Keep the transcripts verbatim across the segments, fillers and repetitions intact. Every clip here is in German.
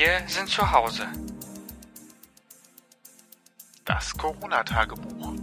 Wir sind zu Hause. Das Corona-Tagebuch.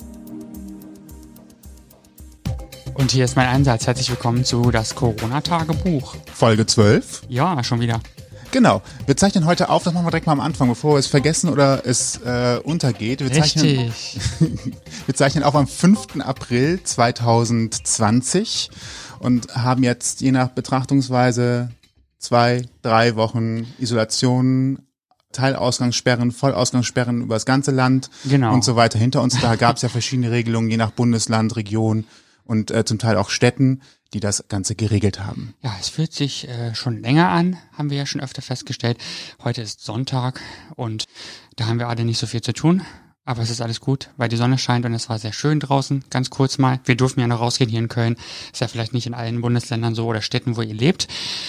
Und hier ist mein Einsatz. Herzlich willkommen zu das Corona-Tagebuch. Folge zwölf? Ja, schon wieder. Genau. Wir zeichnen heute auf, das machen wir direkt mal am Anfang, bevor wir es vergessen oder es äh, untergeht. Wir zeichnen, Richtig. wir zeichnen auf am fünften April zweitausendzwanzig und haben jetzt je nach Betrachtungsweise zwei, drei Wochen Isolation, Teilausgangssperren, Vollausgangssperren über das ganze Land Genau. und so weiter hinter uns. Da gab es ja verschiedene Regelungen, je nach Bundesland, Region und äh, zum Teil auch Städten, die das Ganze geregelt haben. Ja, es fühlt sich äh, schon länger an, haben wir ja schon öfter festgestellt. Heute ist Sonntag und da haben wir alle nicht so viel zu tun. Aber es ist alles gut, weil die Sonne scheint und es war sehr schön draußen, ganz kurz mal. Wir durften ja noch rausgehen hier in Köln. Ist ja vielleicht nicht in allen Bundesländern so oder Städten, wo ihr lebt.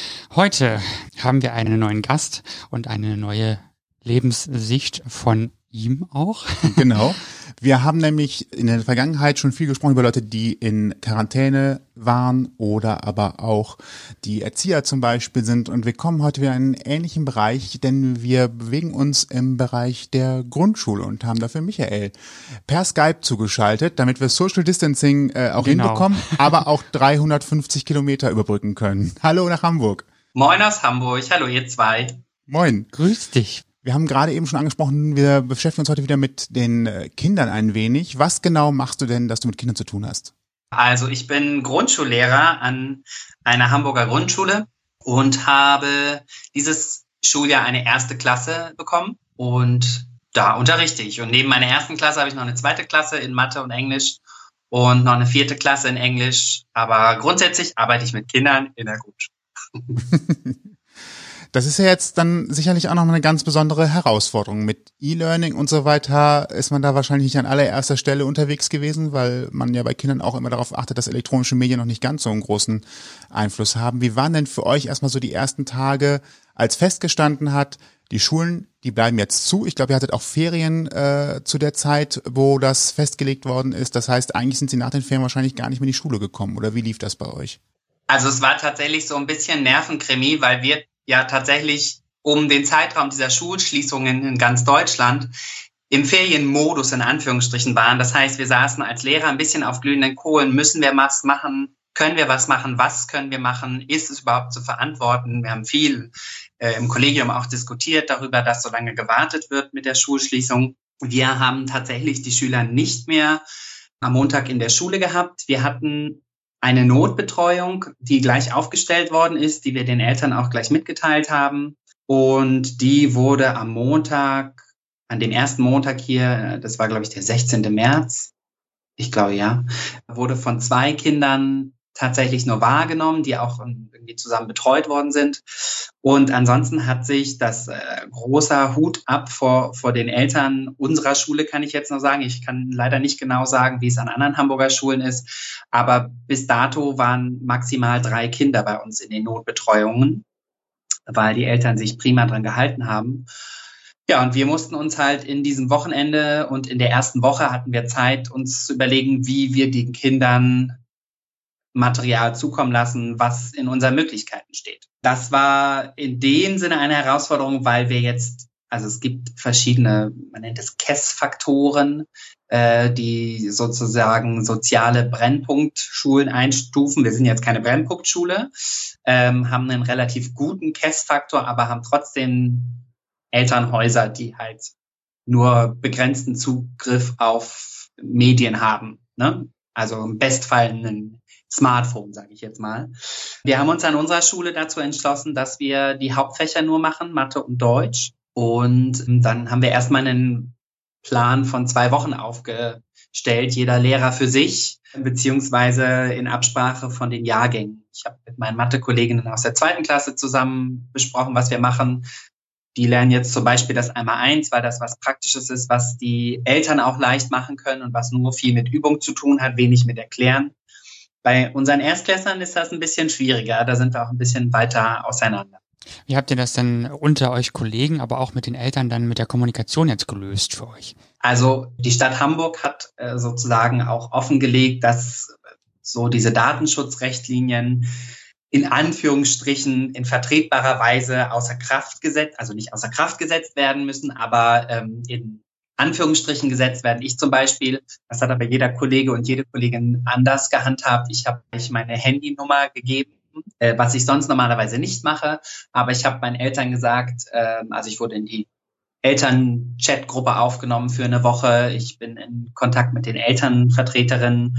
Heute haben wir einen neuen Gast und eine neue Lebenssicht von ihm auch. Genau. Wir haben nämlich in der Vergangenheit schon viel gesprochen über Leute, die in Quarantäne waren oder aber auch die Erzieher zum Beispiel sind. Und wir kommen heute wieder in einen ähnlichen Bereich, denn wir bewegen uns im Bereich der Grundschule und haben dafür Michael per Skype zugeschaltet, damit wir Social Distancing äh, auch Genau. hinbekommen, aber auch dreihundertfünfzig Kilometer überbrücken können. Hallo nach Hamburg. Moin aus Hamburg. Hallo ihr zwei. Moin. Grüß dich. Wir haben gerade eben schon angesprochen, wir beschäftigen uns heute wieder mit den Kindern ein wenig. Was genau machst du denn, dass du mit Kindern zu tun hast? Also ich bin Grundschullehrer an einer Hamburger Grundschule und habe dieses Schuljahr eine erste Klasse bekommen und da unterrichte ich. Und neben meiner ersten Klasse habe ich noch eine zweite Klasse in Mathe und Englisch und noch eine vierte Klasse in Englisch. Aber grundsätzlich arbeite ich mit Kindern in der Grundschule. Das ist ja jetzt dann sicherlich auch noch eine ganz besondere Herausforderung. Mit E-Learning und so weiter ist man da wahrscheinlich nicht an allererster Stelle unterwegs gewesen, weil man ja bei Kindern auch immer darauf achtet, dass elektronische Medien noch nicht ganz so einen großen Einfluss haben. Wie waren denn für euch erstmal so die ersten Tage, als festgestanden hat, die Schulen, die bleiben jetzt zu? Ich glaube, ihr hattet auch Ferien äh, zu der Zeit, wo das festgelegt worden ist. Das heißt, eigentlich sind sie nach den Ferien wahrscheinlich gar nicht mehr in die Schule gekommen. Oder wie lief das bei euch? Also es war tatsächlich so ein bisschen Nervenkrimi, weil wir ja tatsächlich um den Zeitraum dieser Schulschließungen in ganz Deutschland im Ferienmodus in Anführungsstrichen waren. Das heißt, wir saßen als Lehrer ein bisschen auf glühenden Kohlen. Müssen wir was machen? Können wir was machen? Was können wir machen? Ist es überhaupt zu verantworten? Wir haben viel äh, im Kollegium auch diskutiert darüber, dass so lange gewartet wird mit der Schulschließung. Wir haben tatsächlich die Schüler nicht mehr am Montag in der Schule gehabt. Wir hatten eine Notbetreuung, die gleich aufgestellt worden ist, die wir den Eltern auch gleich mitgeteilt haben. Und die wurde am Montag, an dem ersten Montag hier, das war, glaube ich, der sechzehnten März, ich glaube, ja, wurde von zwei Kindern tatsächlich nur wahrgenommen, die auch irgendwie zusammen betreut worden sind. Und ansonsten hat sich das äh, großer Hut ab vor, vor den Eltern unserer Schule, kann ich jetzt noch sagen. Ich kann leider nicht genau sagen, wie es an anderen Hamburger Schulen ist. Aber bis dato waren maximal drei Kinder bei uns in den Notbetreuungen, weil die Eltern sich prima dran gehalten haben. Ja, und wir mussten uns halt in diesem Wochenende und in der ersten Woche hatten wir Zeit, uns zu überlegen, wie wir den Kindern Material zukommen lassen, was in unseren Möglichkeiten steht. Das war in dem Sinne eine Herausforderung, weil wir jetzt, also es gibt verschiedene, man nennt es K E S-Faktoren, äh, die sozusagen soziale Brennpunktschulen einstufen. Wir sind jetzt keine Brennpunktschule, ähm, haben einen relativ guten K E S-Faktor, aber haben trotzdem Elternhäuser, die halt nur begrenzten Zugriff auf Medien haben, ne? Also im Bestfall einen Smartphone, sage ich jetzt mal. Wir haben uns an unserer Schule dazu entschlossen, dass wir die Hauptfächer nur machen, Mathe und Deutsch. Und dann haben wir erstmal einen Plan von zwei Wochen aufgestellt, jeder Lehrer für sich, beziehungsweise in Absprache von den Jahrgängen. Ich habe mit meinen Mathe-Kolleginnen aus der zweiten Klasse zusammen besprochen, was wir machen. Die lernen jetzt zum Beispiel das Einmaleins, weil das was Praktisches ist, was die Eltern auch leicht machen können und was nur viel mit Übung zu tun hat, wenig mit Erklären. Bei unseren Erstklässlern ist das ein bisschen schwieriger, da sind wir auch ein bisschen weiter auseinander. Wie habt ihr das denn unter euch Kollegen, aber auch mit den Eltern dann mit der Kommunikation jetzt gelöst für euch? Also die Stadt Hamburg hat äh, sozusagen auch offengelegt, dass so diese Datenschutzrichtlinien in Anführungsstrichen in vertretbarer Weise außer Kraft gesetzt, also nicht außer Kraft gesetzt werden müssen, aber ähm, in Anführungsstrichen gesetzt werden. Ich zum Beispiel, das hat aber jeder Kollege und jede Kollegin anders gehandhabt. Ich habe euch meine Handynummer gegeben, äh, was ich sonst normalerweise nicht mache, aber ich habe meinen Eltern gesagt, äh, also ich wurde in die Eltern-Chat-Gruppe aufgenommen für eine Woche. Ich bin in Kontakt mit den Elternvertreterinnen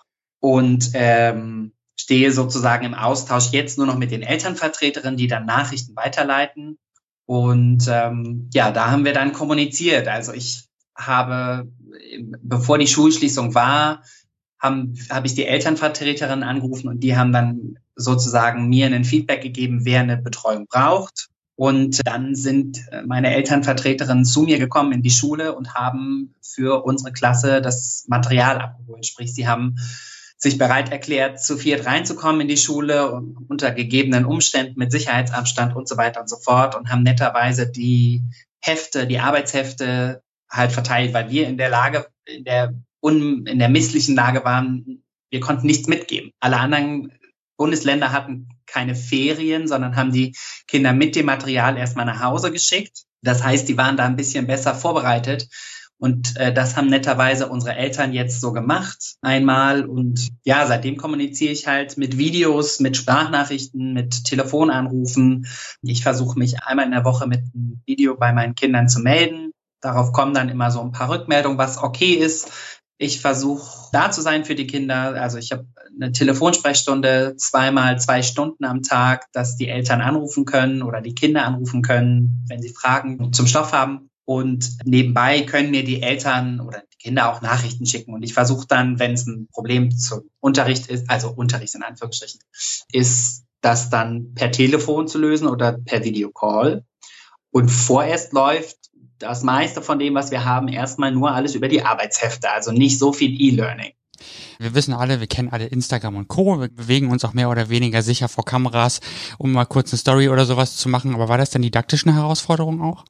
und ähm, stehe sozusagen im Austausch jetzt nur noch mit den Elternvertreterinnen, die dann Nachrichten weiterleiten. Und ähm, ja, da haben wir dann kommuniziert. Also ich habe, bevor die Schulschließung war, habe hab ich die Elternvertreterinnen angerufen und die haben dann sozusagen mir ein Feedback gegeben, wer eine Betreuung braucht. Und dann sind meine Elternvertreterinnen zu mir gekommen in die Schule und haben für unsere Klasse das Material abgeholt. Sprich, sie haben sich bereit erklärt, zu viert reinzukommen in die Schule unter gegebenen Umständen mit Sicherheitsabstand und so weiter und so fort und haben netterweise die Hefte, die Arbeitshefte halt verteilt, weil wir in der Lage, in der un, in der misslichen Lage waren, wir konnten nichts mitgeben. Alle anderen Bundesländer hatten keine Ferien, sondern haben die Kinder mit dem Material erstmal nach Hause geschickt. Das heißt, die waren da ein bisschen besser vorbereitet. Und äh, das haben netterweise unsere Eltern jetzt so gemacht einmal. Und ja, seitdem kommuniziere ich halt mit Videos, mit Sprachnachrichten, mit Telefonanrufen. Ich versuche mich einmal in der Woche mit einem Video bei meinen Kindern zu melden. Darauf kommen dann immer so ein paar Rückmeldungen, was okay ist. Ich versuche da zu sein für die Kinder. Also ich habe eine Telefonsprechstunde, zweimal zwei Stunden am Tag, dass die Eltern anrufen können oder die Kinder anrufen können, wenn sie Fragen zum Stoff haben. Und nebenbei können mir die Eltern oder die Kinder auch Nachrichten schicken. Und ich versuche dann, wenn es ein Problem zum Unterricht ist, also Unterricht in Anführungsstrichen, ist das dann per Telefon zu lösen oder per Videocall. Und vorerst läuft das meiste von dem, was wir haben, erstmal nur alles über die Arbeitshefte, also nicht so viel E-Learning. Wir wissen alle, wir kennen alle Instagram und Co. Wir bewegen uns auch mehr oder weniger sicher vor Kameras, um mal kurz eine Story oder sowas zu machen. Aber war das denn didaktisch eine Herausforderung auch?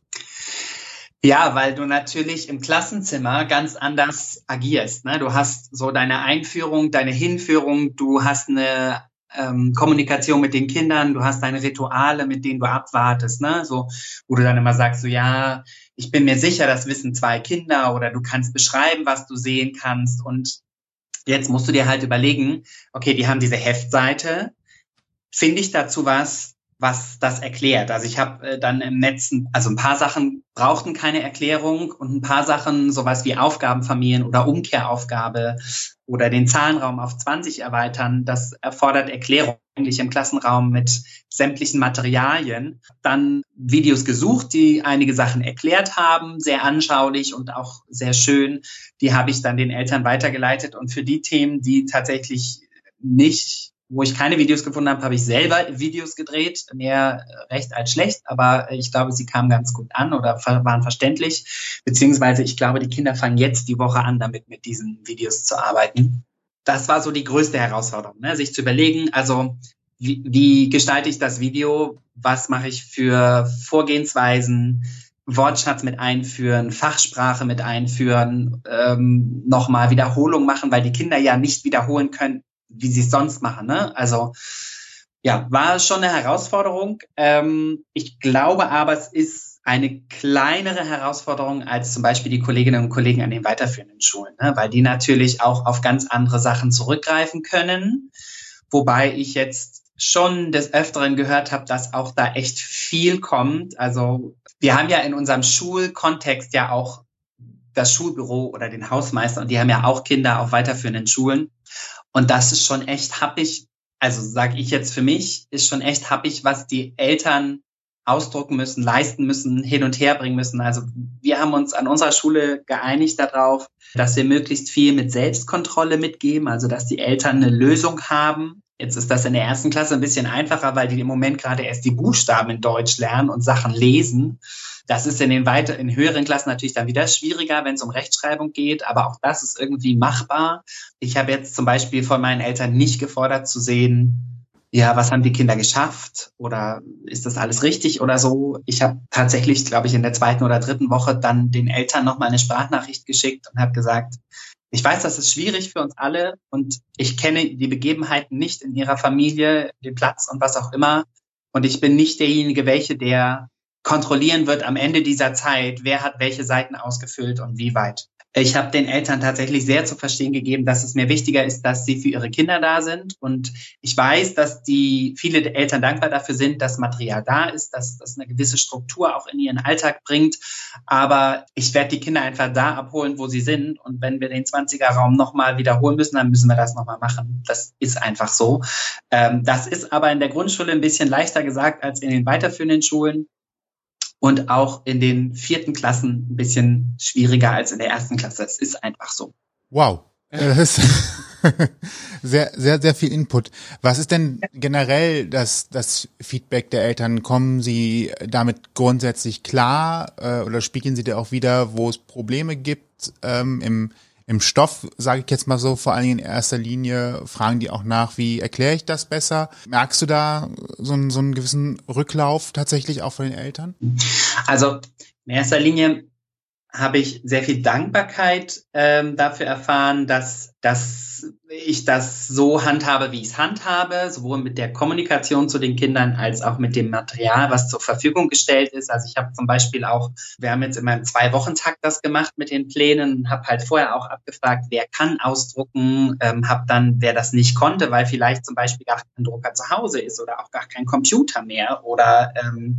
Ja, weil du natürlich im Klassenzimmer ganz anders agierst, ne? Du hast so deine Einführung, deine Hinführung, du hast eine ähm, Kommunikation mit den Kindern, du hast deine Rituale, mit denen du abwartest, ne? So, wo du dann immer sagst, so ja, ich bin mir sicher, das wissen zwei Kinder oder du kannst beschreiben, was du sehen kannst. Und jetzt musst du dir halt überlegen, okay, die haben diese Heftseite, finde ich dazu was, was das erklärt. Also ich habe äh, dann im Netz, also ein paar Sachen brauchten keine Erklärung und ein paar Sachen, sowas wie Aufgabenfamilien oder Umkehraufgabe oder den Zahlenraum auf zwanzig erweitern, das erfordert Erklärung eigentlich im Klassenraum mit sämtlichen Materialien. Dann Videos gesucht, die einige Sachen erklärt haben, sehr anschaulich und auch sehr schön. Die habe ich dann den Eltern weitergeleitet und für die Themen, die tatsächlich nicht wo ich keine Videos gefunden habe, habe ich selber Videos gedreht, mehr recht als schlecht, aber ich glaube, sie kamen ganz gut an oder waren verständlich, beziehungsweise ich glaube, die Kinder fangen jetzt die Woche an, damit mit diesen Videos zu arbeiten. Das war so die größte Herausforderung, ne? Sich zu überlegen, also wie, wie gestalte ich das Video, was mache ich für Vorgehensweisen, Wortschatz mit einführen, Fachsprache mit einführen, ähm, nochmal Wiederholung machen, weil die Kinder ja nicht wiederholen können, wie sie es sonst machen, ne? Also ja, war schon eine Herausforderung. Ähm, ich glaube aber, es ist eine kleinere Herausforderung als zum Beispiel die Kolleginnen und Kollegen an den weiterführenden Schulen, ne? Weil die natürlich auch auf ganz andere Sachen zurückgreifen können. Wobei ich jetzt schon des Öfteren gehört habe, dass auch da echt viel kommt. Also wir haben ja in unserem Schulkontext ja auch das Schulbüro oder den Hausmeister und die haben ja auch Kinder auf weiterführenden Schulen. Und das ist schon echt happig, also sage ich jetzt für mich, ist schon echt happig, was die Eltern ausdrucken müssen, leisten müssen, hin und her bringen müssen. Also wir haben uns an unserer Schule geeinigt darauf, dass wir möglichst viel mit Selbstkontrolle mitgeben, also dass die Eltern eine Lösung haben. Jetzt ist das in der ersten Klasse ein bisschen einfacher, weil die im Moment gerade erst die Buchstaben in Deutsch lernen und Sachen lesen. Das ist in den weiter, in höheren Klassen natürlich dann wieder schwieriger, wenn es um Rechtschreibung geht, aber auch das ist irgendwie machbar. Ich habe jetzt zum Beispiel von meinen Eltern nicht gefordert zu sehen, ja, was haben die Kinder geschafft oder ist das alles richtig oder so. Ich habe tatsächlich, glaube ich, in der zweiten oder dritten Woche dann den Eltern nochmal eine Sprachnachricht geschickt und habe gesagt, Ich weiß, das ist schwierig für uns alle und ich kenne die Begebenheiten nicht in ihrer Familie, den Platz und was auch immer. Und ich bin nicht derjenige, welche der kontrollieren wird am Ende dieser Zeit, wer hat welche Seiten ausgefüllt und wie weit. Ich habe den Eltern tatsächlich sehr zu verstehen gegeben, dass es mir wichtiger ist, dass sie für ihre Kinder da sind. Und ich weiß, dass die viele Eltern dankbar dafür sind, dass Material da ist, dass das eine gewisse Struktur auch in ihren Alltag bringt. Aber ich werde die Kinder einfach da abholen, wo sie sind. Und wenn wir den zwanziger-Raum nochmal wiederholen müssen, dann müssen wir das nochmal machen. Das ist einfach so. Ähm, das ist aber in der Grundschule ein bisschen leichter gesagt als in den weiterführenden Schulen. Und auch in den vierten Klassen ein bisschen schwieriger als in der ersten Klasse. Es ist einfach so. Wow. Das ist sehr, sehr, sehr viel Input. Was ist denn generell das, das Feedback der Eltern? Kommen sie damit grundsätzlich klar äh, oder spiegeln sie dir auch wieder, wo es Probleme gibt ähm, im Im Stoff, sage ich jetzt mal so, vor allen Dingen in erster Linie, fragen die auch nach, wie erkläre ich das besser? Merkst du da so einen, so einen gewissen Rücklauf tatsächlich auch von den Eltern? Also in erster Linie habe ich sehr viel Dankbarkeit ähm, dafür erfahren, dass, dass ich das so handhabe, wie ich es handhabe, sowohl mit der Kommunikation zu den Kindern als auch mit dem Material, was zur Verfügung gestellt ist. Also ich habe zum Beispiel auch, wir haben jetzt in meinem Zwei-Wochen-Takt das gemacht mit den Plänen, habe halt vorher auch abgefragt, wer kann ausdrucken, ähm, habe dann, wer das nicht konnte, weil vielleicht zum Beispiel gar kein Drucker zu Hause ist oder auch gar kein Computer mehr oder ähm,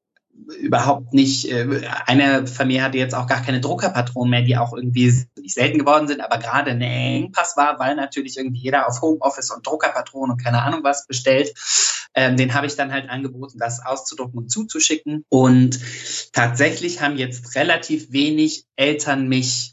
überhaupt nicht, eine Familie hatte jetzt auch gar keine Druckerpatronen mehr, die auch irgendwie nicht selten geworden sind, aber gerade ein Engpass war, weil natürlich irgendwie jeder auf Homeoffice und Druckerpatronen und keine Ahnung was bestellt. Ähm, den habe ich dann halt angeboten, das auszudrucken und zuzuschicken. Und tatsächlich haben jetzt relativ wenig Eltern mich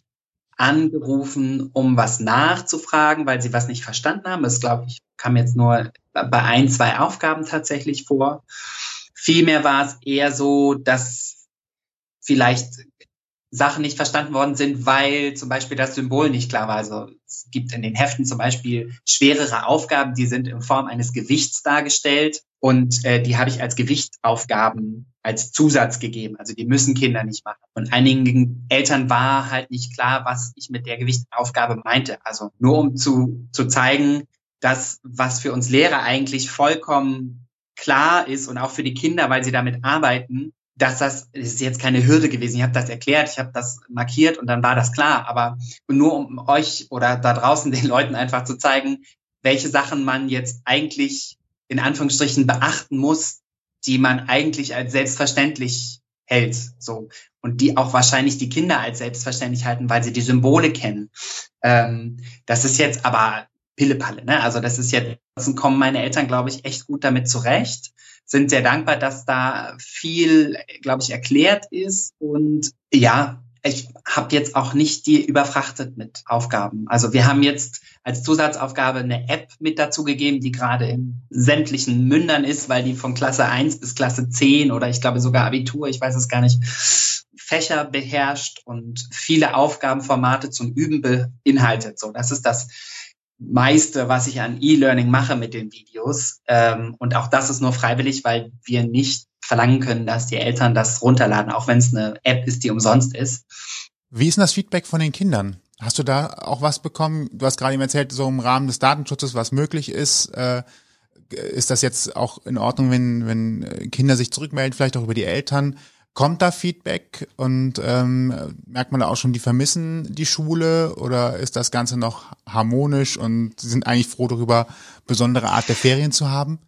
angerufen, um was nachzufragen, weil sie was nicht verstanden haben. Das, glaube ich, kam jetzt nur bei ein, zwei Aufgaben tatsächlich vor. Vielmehr war es eher so, dass vielleicht Sachen nicht verstanden worden sind, weil zum Beispiel das Symbol nicht klar war. Also es gibt in den Heften zum Beispiel schwerere Aufgaben, die sind in Form eines Gewichts dargestellt und äh, die habe ich als Gewichtsaufgaben als Zusatz gegeben. Also die müssen Kinder nicht machen. Und einigen Eltern war halt nicht klar, was ich mit der Gewichtsaufgabe meinte. Also nur um zu, zu zeigen, dass was für uns Lehrer eigentlich vollkommen klar ist und auch für die Kinder, weil sie damit arbeiten, dass das, das ist jetzt keine Hürde gewesen. Ich habe das erklärt, ich habe das markiert und dann war das klar. Aber nur um euch oder da draußen den Leuten einfach zu zeigen, welche Sachen man jetzt eigentlich in Anführungsstrichen beachten muss, die man eigentlich als selbstverständlich hält. So. Und die auch wahrscheinlich die Kinder als selbstverständlich halten, weil sie die Symbole kennen. Ähm, das ist jetzt aber Pillepalle, ne? Also das ist jetzt, kommen meine Eltern, glaube ich, echt gut damit zurecht, sind sehr dankbar, dass da viel, glaube ich, erklärt ist und ja, ich habe jetzt auch nicht die überfrachtet mit Aufgaben. Also wir haben jetzt als Zusatzaufgabe eine App mit dazu gegeben, die gerade in sämtlichen Mündern ist, weil die von Klasse eins bis Klasse zehn oder ich glaube sogar Abitur, ich weiß es gar nicht, Fächer beherrscht und viele Aufgabenformate zum Üben beinhaltet. So, das ist das meiste, was ich an E-Learning mache mit den Videos. Ähm, und auch das ist nur freiwillig, weil wir nicht verlangen können, dass die Eltern das runterladen, auch wenn es eine App ist, die umsonst ist. Wie ist denn das Feedback von den Kindern? Hast du da auch was bekommen? Du hast gerade eben erzählt, so im Rahmen des Datenschutzes, was möglich ist. Äh, ist das jetzt auch in Ordnung, wenn, wenn Kinder sich zurückmelden, vielleicht auch über die Eltern? Kommt da Feedback und ähm, merkt man da auch schon, die vermissen die Schule oder ist das Ganze noch harmonisch und sie sind eigentlich froh darüber, besondere Art der Ferien zu haben?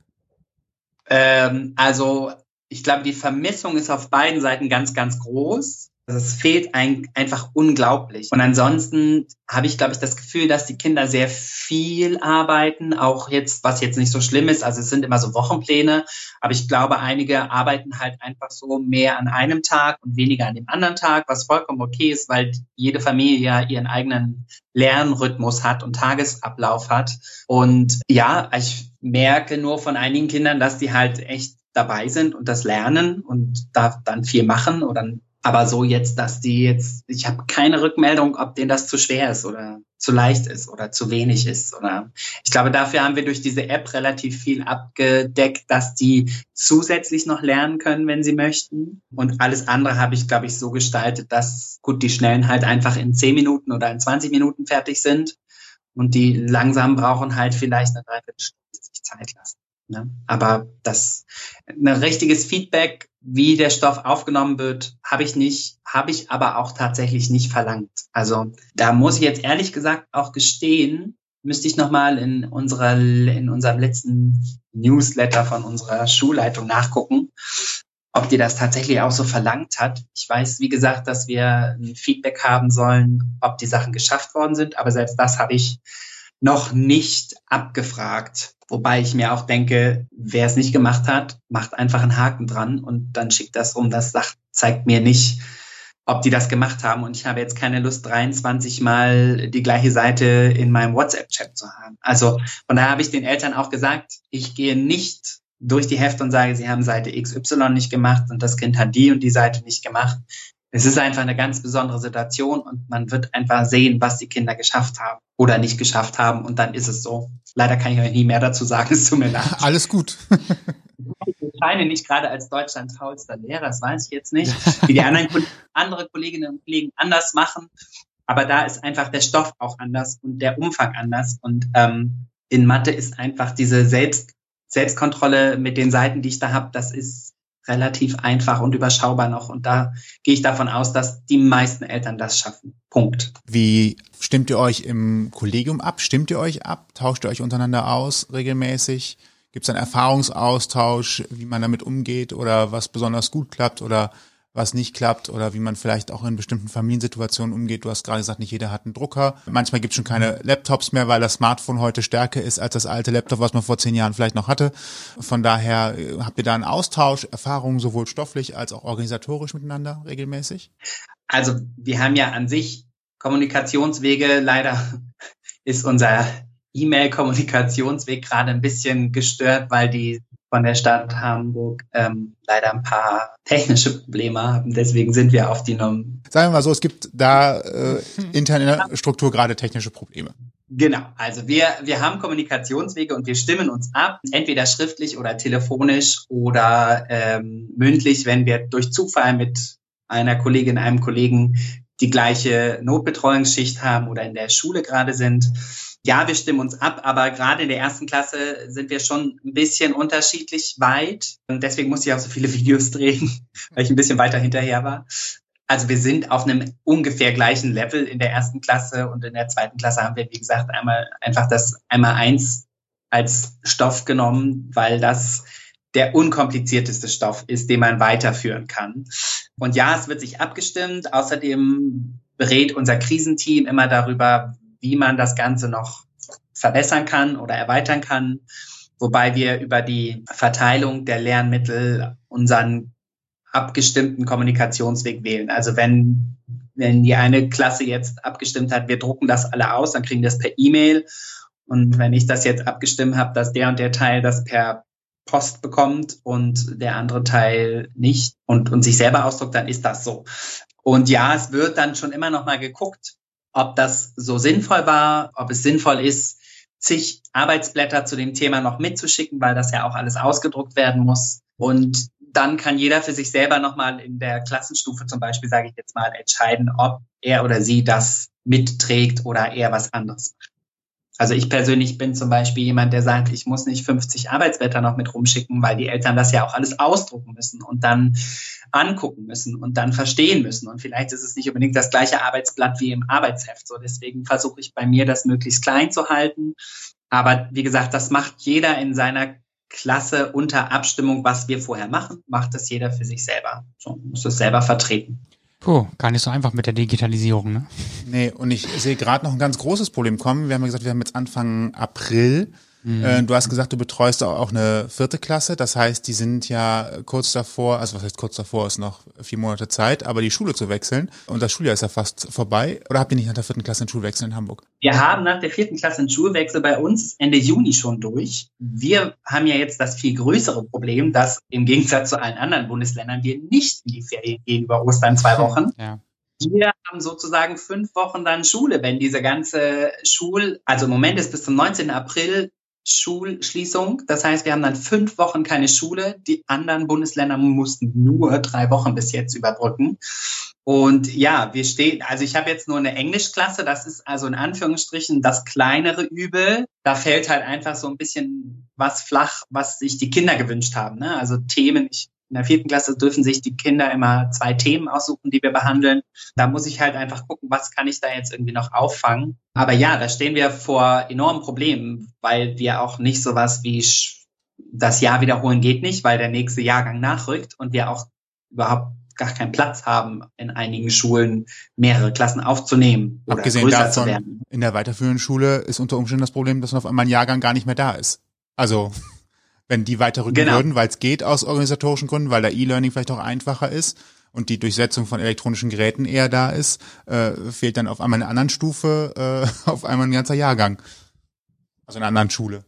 Ähm, also ich glaube, die Vermissung ist auf beiden Seiten ganz, ganz groß. Also es fehlt ein, einfach unglaublich. Und ansonsten habe ich, glaube ich, das Gefühl, dass die Kinder sehr viel arbeiten, auch jetzt, was jetzt nicht so schlimm ist. Also es sind immer so Wochenpläne, aber ich glaube, einige arbeiten halt einfach so mehr an einem Tag und weniger an dem anderen Tag, was vollkommen okay ist, weil jede Familie ja ihren eigenen Lernrhythmus hat und Tagesablauf hat. Und ja, ich merke nur von einigen Kindern, dass die halt echt dabei sind und das lernen und da dann viel machen oder Aber so jetzt, dass die jetzt, ich habe keine Rückmeldung, ob denen das zu schwer ist oder zu leicht ist oder zu wenig ist. Oder ich glaube, dafür haben wir durch diese App relativ viel abgedeckt, dass die zusätzlich noch lernen können, wenn sie möchten. Und alles andere habe ich, glaube ich, so gestaltet, dass gut, die Schnellen halt einfach in zehn Minuten oder in zwanzig Minuten fertig sind. Und die langsam brauchen halt vielleicht eine Dreiviertelstunde sich Zeit lassen. Ne? Aber das, ein richtiges Feedback, wie der Stoff aufgenommen wird, habe ich nicht, habe ich aber auch tatsächlich nicht verlangt. Also da muss ich jetzt ehrlich gesagt auch gestehen, müsste ich nochmal in unserer, in unserem letzten Newsletter von unserer Schulleitung nachgucken, ob die das tatsächlich auch so verlangt hat. Ich weiß, wie gesagt, dass wir ein Feedback haben sollen, ob die Sachen geschafft worden sind, aber selbst das habe ich noch nicht abgefragt. Wobei ich mir auch denke, wer es nicht gemacht hat, macht einfach einen Haken dran und dann schickt das rum. Das sagt, zeigt mir nicht, ob die das gemacht haben. Und ich habe jetzt keine Lust, dreiundzwanzig Mal die gleiche Seite in meinem WhatsApp-Chat zu haben. Also von daher habe ich den Eltern auch gesagt, ich gehe nicht durch die Hefte und sage, sie haben Seite X Y nicht gemacht und das Kind hat die und die Seite nicht gemacht. Es ist einfach eine ganz besondere Situation und man wird einfach sehen, was die Kinder geschafft haben oder nicht geschafft haben und dann ist es so. Leider kann ich euch nie mehr dazu sagen, es tut mir leid. Alles gut. Ich scheine nicht gerade als Deutschlands faulster Lehrer, das weiß ich jetzt nicht, wie die anderen andere Kolleginnen und Kollegen anders machen, aber da ist einfach der Stoff auch anders und der Umfang anders und ähm, in Mathe ist einfach diese Selbst, Selbstkontrolle mit den Seiten, die ich da habe, das ist relativ einfach und überschaubar noch. Und da gehe ich davon aus, dass die meisten Eltern das schaffen. Punkt. Wie stimmt ihr euch im Kollegium ab? Stimmt ihr euch ab? Tauscht ihr euch untereinander aus regelmäßig? Gibt es einen Erfahrungsaustausch, wie man damit umgeht oder was besonders gut klappt oder was nicht klappt oder wie man vielleicht auch in bestimmten Familiensituationen umgeht? Du hast gerade gesagt, nicht jeder hat einen Drucker. Manchmal gibt es schon keine Laptops mehr, weil das Smartphone heute stärker ist als das alte Laptop, was man vor zehn Jahren vielleicht noch hatte. Von daher habt ihr da einen Austausch, Erfahrungen sowohl stofflich als auch organisatorisch miteinander regelmäßig? Also wir haben ja an sich Kommunikationswege. Leider ist unser E-Mail-Kommunikationsweg gerade ein bisschen gestört, weil die von der Stadt Hamburg ähm, leider ein paar technische Probleme haben. Deswegen sind wir auf die Norm. Sagen wir mal so, es gibt da äh, intern in der Struktur gerade technische Probleme. Genau, also wir wir haben Kommunikationswege und wir stimmen uns ab, entweder schriftlich oder telefonisch oder ähm, mündlich, wenn wir durch Zufall mit einer Kollegin, einem Kollegen die gleiche Notbetreuungsschicht haben oder in der Schule gerade sind. Ja, wir stimmen uns ab, aber gerade in der ersten Klasse sind wir schon ein bisschen unterschiedlich weit. Und deswegen musste ich auch so viele Videos drehen, weil ich ein bisschen weiter hinterher war. Also wir sind auf einem ungefähr gleichen Level in der ersten Klasse und in der zweiten Klasse haben wir, wie gesagt, einmal einfach das einmal eins als Stoff genommen, weil das der unkomplizierteste Stoff ist, den man weiterführen kann. Und ja, es wird sich abgestimmt. Außerdem berät unser Krisenteam immer darüber, wie man das Ganze noch verbessern kann oder erweitern kann, wobei wir über die Verteilung der Lernmittel unseren abgestimmten Kommunikationsweg wählen. Also wenn, wenn die eine Klasse jetzt abgestimmt hat, wir drucken das alle aus, dann kriegen wir das per E-Mail. Und wenn ich das jetzt abgestimmt habe, dass der und der Teil das per Post bekommt und der andere Teil nicht und, und sich selber ausdruckt, dann ist das so. Und ja, es wird dann schon immer noch mal geguckt, ob das so sinnvoll war, ob es sinnvoll ist, zig Arbeitsblätter zu dem Thema noch mitzuschicken, weil das ja auch alles ausgedruckt werden muss. Und dann kann jeder für sich selber nochmal in der Klassenstufe zum Beispiel, sage ich jetzt mal, entscheiden, ob er oder sie das mitträgt oder eher was anderes macht. Also ich persönlich bin zum Beispiel jemand, der sagt, ich muss nicht fünfzig Arbeitsblätter noch mit rumschicken, weil die Eltern das ja auch alles ausdrucken müssen und dann angucken müssen und dann verstehen müssen. Und vielleicht ist es nicht unbedingt das gleiche Arbeitsblatt wie im Arbeitsheft. So deswegen versuche ich bei mir, das möglichst klein zu halten. Aber wie gesagt, das macht jeder in seiner Klasse unter Abstimmung, was wir vorher machen, macht das jeder für sich selber. So muss es selber vertreten. Puh, gar nicht so einfach mit der Digitalisierung, ne? Nee, und ich sehe gerade noch ein ganz großes Problem kommen. Wir haben ja gesagt, wir haben jetzt Anfang April. Mhm. Äh, du hast gesagt, du betreust auch eine vierte Klasse. Das heißt, die sind ja kurz davor, also was heißt kurz davor, ist noch vier Monate Zeit, aber die Schule zu wechseln. Und das Schuljahr ist ja fast vorbei. Oder habt ihr nicht nach der vierten Klasse einen Schulwechsel in Hamburg? Wir haben nach der vierten Klasse einen Schulwechsel bei uns Ende Juni schon durch. Wir haben ja jetzt das viel größere Problem, dass im Gegensatz zu allen anderen Bundesländern wir nicht in die Ferien gehen über Ostern zwei Wochen. Ja. Wir haben sozusagen fünf Wochen dann Schule, wenn diese ganze Schul, also im Moment ist bis zum neunzehnten April Schulschließung. Das heißt, wir haben dann fünf Wochen keine Schule. Die anderen Bundesländer mussten nur drei Wochen bis jetzt überbrücken. Und ja, wir stehen, also ich habe jetzt nur eine Englischklasse, das ist also in Anführungsstrichen das kleinere Übel. Da fällt halt einfach so ein bisschen was flach, was sich die Kinder gewünscht haben, ne? Also Themen, ich in der vierten Klasse dürfen sich die Kinder immer zwei Themen aussuchen, die wir behandeln. Da muss ich halt einfach gucken, was kann ich da jetzt irgendwie noch auffangen. Aber ja, da stehen wir vor enormen Problemen, weil wir auch nicht sowas wie das Jahr wiederholen geht nicht, weil der nächste Jahrgang nachrückt und wir auch überhaupt gar keinen Platz haben, in einigen Schulen mehrere Klassen aufzunehmen oder Abgesehen größer davon, zu werden. In der weiterführenden Schule ist unter Umständen das Problem, dass auf einmal ein Jahrgang gar nicht mehr da ist. Also wenn die weiterrücken Genau. würden, weil es geht aus organisatorischen Gründen, weil der E-Learning vielleicht auch einfacher ist und die Durchsetzung von elektronischen Geräten eher da ist, äh, fehlt dann auf einmal in einer anderen Stufe, äh, auf einmal ein ganzer Jahrgang. Also in einer anderen Schule.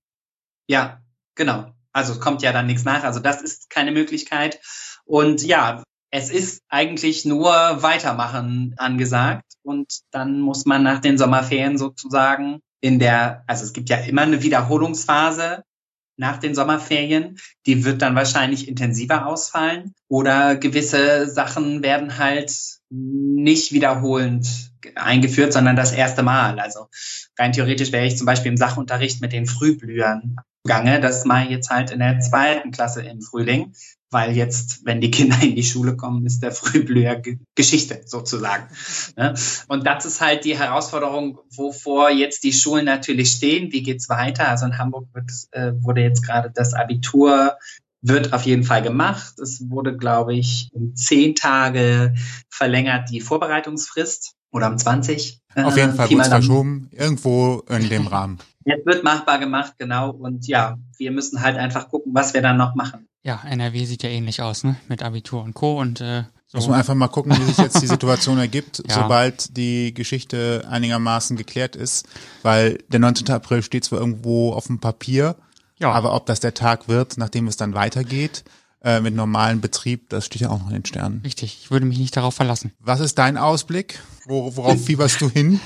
Ja, genau. Also es kommt ja dann nichts nach. Also das ist keine Möglichkeit. Und ja, es ist eigentlich nur weitermachen angesagt. Und dann muss man nach den Sommerferien sozusagen in der, also es gibt ja immer eine Wiederholungsphase nach den Sommerferien, die wird dann wahrscheinlich intensiver ausfallen oder gewisse Sachen werden halt nicht wiederholend eingeführt, sondern das erste Mal. Also rein theoretisch wäre ich zum Beispiel im Sachunterricht mit den Frühblühern gange. Das mache ich jetzt halt in der zweiten Klasse im Frühling, weil jetzt, wenn die Kinder in die Schule kommen, ist der Frühblüher G- Geschichte sozusagen. Ne? Und das ist halt die Herausforderung, wovor jetzt die Schulen natürlich stehen. Wie geht's weiter? Also in Hamburg wird, äh, wurde jetzt gerade das Abitur wird auf jeden Fall gemacht. Es wurde, glaube ich, um zehn Tage verlängert die Vorbereitungsfrist oder um zwanzig. Auf jeden Fall wurde es verschoben, irgendwo in dem Rahmen. Jetzt wird machbar gemacht, genau. Und ja, wir müssen halt einfach gucken, was wir dann noch machen. Ja, N R W sieht ja ähnlich aus, ne? Mit Abitur und Co. Und äh, so. Muss man einfach mal gucken, wie sich jetzt die Situation ergibt, Ja. sobald die Geschichte einigermaßen geklärt ist. Weil der neunzehnten April steht zwar irgendwo auf dem Papier, Ja. aber ob das der Tag wird, nachdem es dann weitergeht, äh, mit normalem Betrieb, das steht ja auch noch in den Sternen. Richtig, ich würde mich nicht darauf verlassen. Was ist dein Ausblick? Wor- worauf fieberst du hin?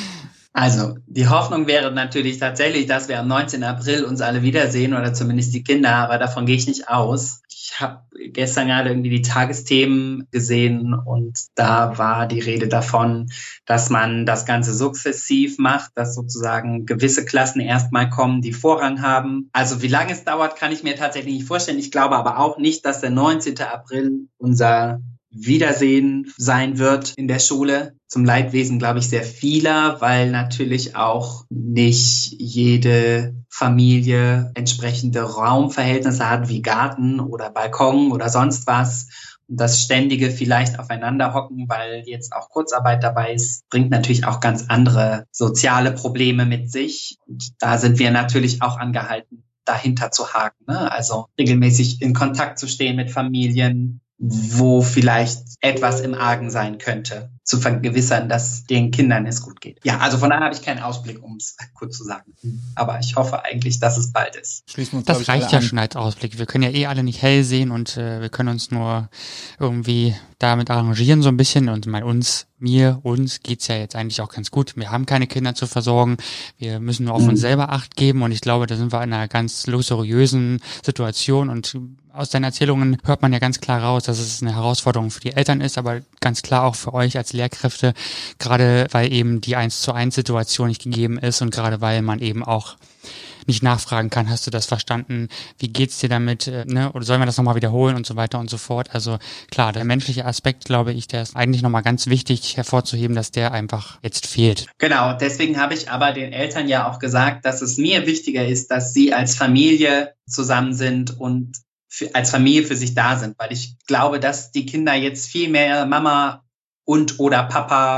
Also, die Hoffnung wäre natürlich tatsächlich, dass wir am neunzehnten April uns alle wiedersehen oder zumindest die Kinder, aber davon gehe ich nicht aus. Ich habe gestern gerade irgendwie die Tagesthemen gesehen und da war die Rede davon, dass man das Ganze sukzessiv macht, dass sozusagen gewisse Klassen erstmal kommen, die Vorrang haben. Also wie lange es dauert, kann ich mir tatsächlich nicht vorstellen. Ich glaube aber auch nicht, dass der neunzehnten April unser Wiedersehen sein wird in der Schule. Zum Leidwesen, glaube ich, sehr vieler, weil natürlich auch nicht jede Familie entsprechende Raumverhältnisse hat, wie Garten oder Balkon oder sonst was. Und das ständige vielleicht aufeinander hocken, weil jetzt auch Kurzarbeit dabei ist, bringt natürlich auch ganz andere soziale Probleme mit sich. Und da sind wir natürlich auch angehalten, dahinter zu haken, ne? Also regelmäßig in Kontakt zu stehen mit Familien, wo vielleicht etwas im Argen sein könnte, zu vergewissern, dass den Kindern es gut geht. Ja, also von daher habe ich keinen Ausblick, um es kurz zu sagen. Aber ich hoffe eigentlich, dass es bald ist. Schließen wir uns, Das glaub ich, reicht alle ja an. schon als Ausblick. Wir können ja eh alle nicht hell sehen und äh, wir können uns nur irgendwie damit arrangieren so ein bisschen. Und bei uns, mir, uns geht's ja jetzt eigentlich auch ganz gut. Wir haben keine Kinder zu versorgen. Wir müssen nur auf Mhm. uns selber Acht geben. Und ich glaube, da sind wir in einer ganz luxuriösen Situation. Und aus deinen Erzählungen hört man ja ganz klar raus, dass es eine Herausforderung für die Eltern ist, aber ganz klar auch für euch als Lehrkräfte, gerade weil eben die eins zu eins Situation nicht gegeben ist und gerade weil man eben auch nicht nachfragen kann, hast du das verstanden, wie geht's dir damit, äh, ne? Oder sollen wir das nochmal wiederholen und so weiter und so fort. Also klar, der menschliche Aspekt, glaube ich, der ist eigentlich nochmal ganz wichtig hervorzuheben, dass der einfach jetzt fehlt. Genau, deswegen habe ich aber den Eltern ja auch gesagt, dass es mir wichtiger ist, dass sie als Familie zusammen sind und für, als Familie für sich da sind, weil ich glaube, dass die Kinder jetzt viel mehr Mama und oder Papa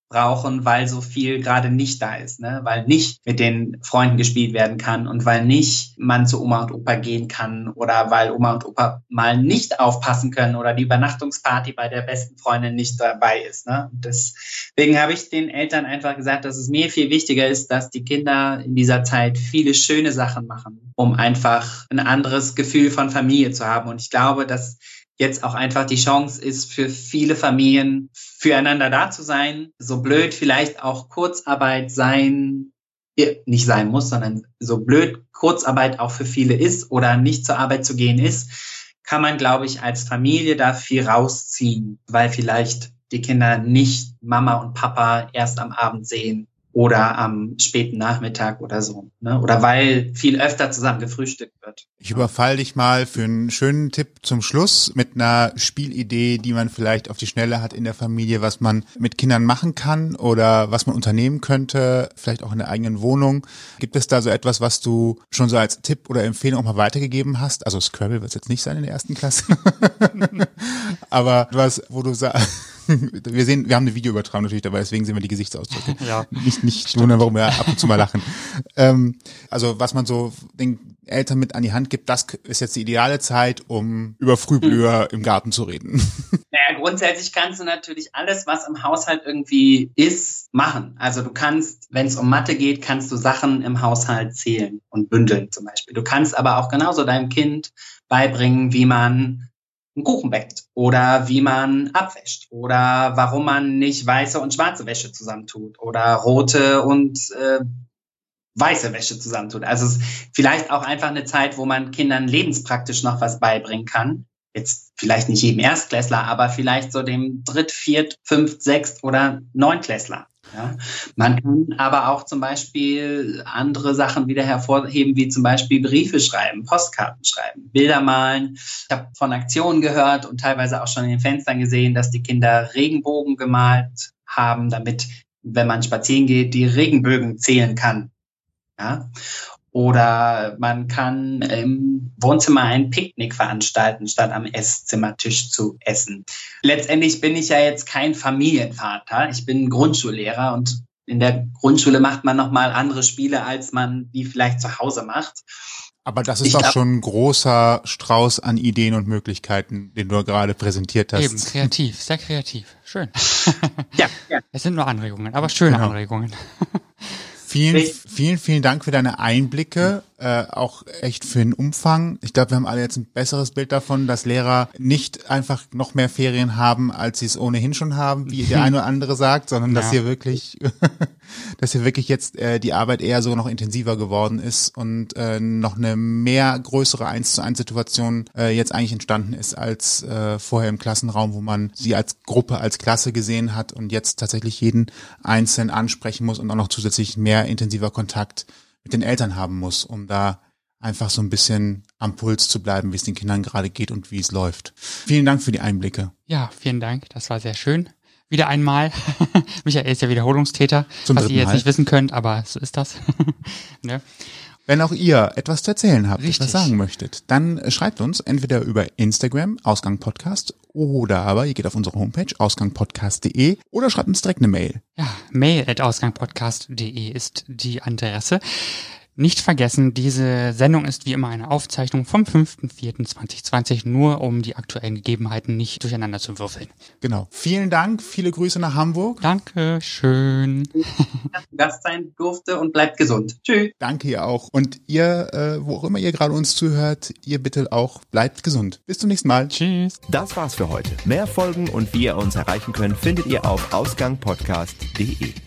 brauchen, weil so viel gerade nicht da ist, ne? Weil nicht mit den Freunden gespielt werden kann und weil nicht man zu Oma und Opa gehen kann oder weil Oma und Opa mal nicht aufpassen können oder die Übernachtungsparty bei der besten Freundin nicht dabei ist, ne? Und deswegen habe ich den Eltern einfach gesagt, dass es mir viel wichtiger ist, dass die Kinder in dieser Zeit viele schöne Sachen machen, um einfach ein anderes Gefühl von Familie zu haben. Und ich glaube, dass jetzt auch einfach die Chance ist für viele Familien, füreinander da zu sein, so blöd vielleicht auch Kurzarbeit sein, nicht sein muss, sondern so blöd Kurzarbeit auch für viele ist oder nicht zur Arbeit zu gehen ist, kann man, glaube ich, als Familie da viel rausziehen, weil vielleicht die Kinder nicht Mama und Papa erst am Abend sehen oder am späten Nachmittag oder so, ne? Oder weil viel öfter zusammen gefrühstückt wird. Ich überfall dich mal für einen schönen Tipp zum Schluss mit einer Spielidee, die man vielleicht auf die Schnelle hat in der Familie, was man mit Kindern machen kann oder was man unternehmen könnte, vielleicht auch in der eigenen Wohnung. Gibt es da so etwas, was du schon so als Tipp oder Empfehlung auch mal weitergegeben hast? Also Scrabble wird es jetzt nicht sein in der ersten Klasse, aber was, wo du sagst, wir sehen, wir haben eine Videoübertragung natürlich dabei, deswegen sehen wir die Gesichtsausdrücke. Ja. Nicht, nicht wundern, warum wir ab und zu mal lachen. ähm, also was man so den Eltern mit an die Hand gibt, das ist jetzt die ideale Zeit, um über Frühblüher hm. im Garten zu reden. Naja, grundsätzlich kannst du natürlich alles, was im Haushalt irgendwie ist, machen. Also du kannst, wenn es um Mathe geht, kannst du Sachen im Haushalt zählen und bündeln zum Beispiel. Du kannst aber auch genauso deinem Kind beibringen, wie man einen Kuchen backt oder wie man abwäscht oder warum man nicht weiße und schwarze Wäsche zusammentut oder rote und äh, weiße Wäsche zusammentut. Also es ist vielleicht auch einfach eine Zeit, wo man Kindern lebenspraktisch noch was beibringen kann. Jetzt vielleicht nicht jedem Erstklässler, aber vielleicht so dem Dritt-, Viert-, Fünft-, Sechst- oder Neunklässler. Ja, man kann aber auch zum Beispiel andere Sachen wieder hervorheben, wie zum Beispiel Briefe schreiben, Postkarten schreiben, Bilder malen. Ich habe von Aktionen gehört und teilweise auch schon in den Fenstern gesehen, dass die Kinder Regenbogen gemalt haben, damit, wenn man spazieren geht, die Regenbögen zählen kann. Ja? Oder man kann im Wohnzimmer ein Picknick veranstalten, statt am Esszimmertisch zu essen. Letztendlich bin ich ja jetzt kein Familienvater. Ich bin Grundschullehrer und in der Grundschule macht man nochmal andere Spiele, als man die vielleicht zu Hause macht. Aber das ist ich doch glaub, schon ein großer Strauß an Ideen und Möglichkeiten, den du gerade präsentiert hast. Eben, kreativ, sehr kreativ. Schön. Ja, ja. Es sind nur Anregungen, aber schöne Genau. Anregungen. Vielen, vielen, vielen Dank für deine Einblicke, äh, auch echt für den Umfang. Ich glaube, wir haben alle jetzt ein besseres Bild davon, dass Lehrer nicht einfach noch mehr Ferien haben, als sie es ohnehin schon haben, wie der eine oder andere sagt, sondern dass Ja. hier wirklich, dass hier wirklich jetzt äh, die Arbeit eher so noch intensiver geworden ist und äh, noch eine mehr größere eins zu eins Situation äh, jetzt eigentlich entstanden ist als äh, vorher im Klassenraum, wo man sie als Gruppe, als Klasse gesehen hat und jetzt tatsächlich jeden einzeln ansprechen muss und auch noch zusätzlich mehr intensiver Kontakt mit den Eltern haben muss, um da einfach so ein bisschen am Puls zu bleiben, wie es den Kindern gerade geht und wie es läuft. Vielen Dank für die Einblicke. Ja, vielen Dank. Das war sehr schön. Wieder einmal. Michael ist ja Wiederholungstäter, Zum was dritten ihr jetzt Mal. nicht wissen könnt, aber so ist das. Ne? Wenn auch ihr etwas zu erzählen habt, Richtig. etwas sagen möchtet, dann schreibt uns entweder über Instagram, Ausgang Podcast, oder aber ihr geht auf unsere Homepage, ausgangpodcast punkt de, oder schreibt uns direkt eine Mail. Ja, mail at ausgangpodcast punkt de ist die Adresse. Nicht vergessen, diese Sendung ist wie immer eine Aufzeichnung vom fünften vierten zweitausendzwanzig, nur um die aktuellen Gegebenheiten nicht durcheinander zu würfeln. Genau. Vielen Dank, viele Grüße nach Hamburg. Danke schön. Gast sein durfte und bleibt gesund. Tschüss. Danke ihr auch. Und ihr, äh, wo auch immer ihr gerade uns zuhört, ihr bitte auch bleibt gesund. Bis zum nächsten Mal. Tschüss. Das war's für heute. Mehr Folgen und wie ihr uns erreichen könnt, findet ihr auf ausgangpodcast punkt de.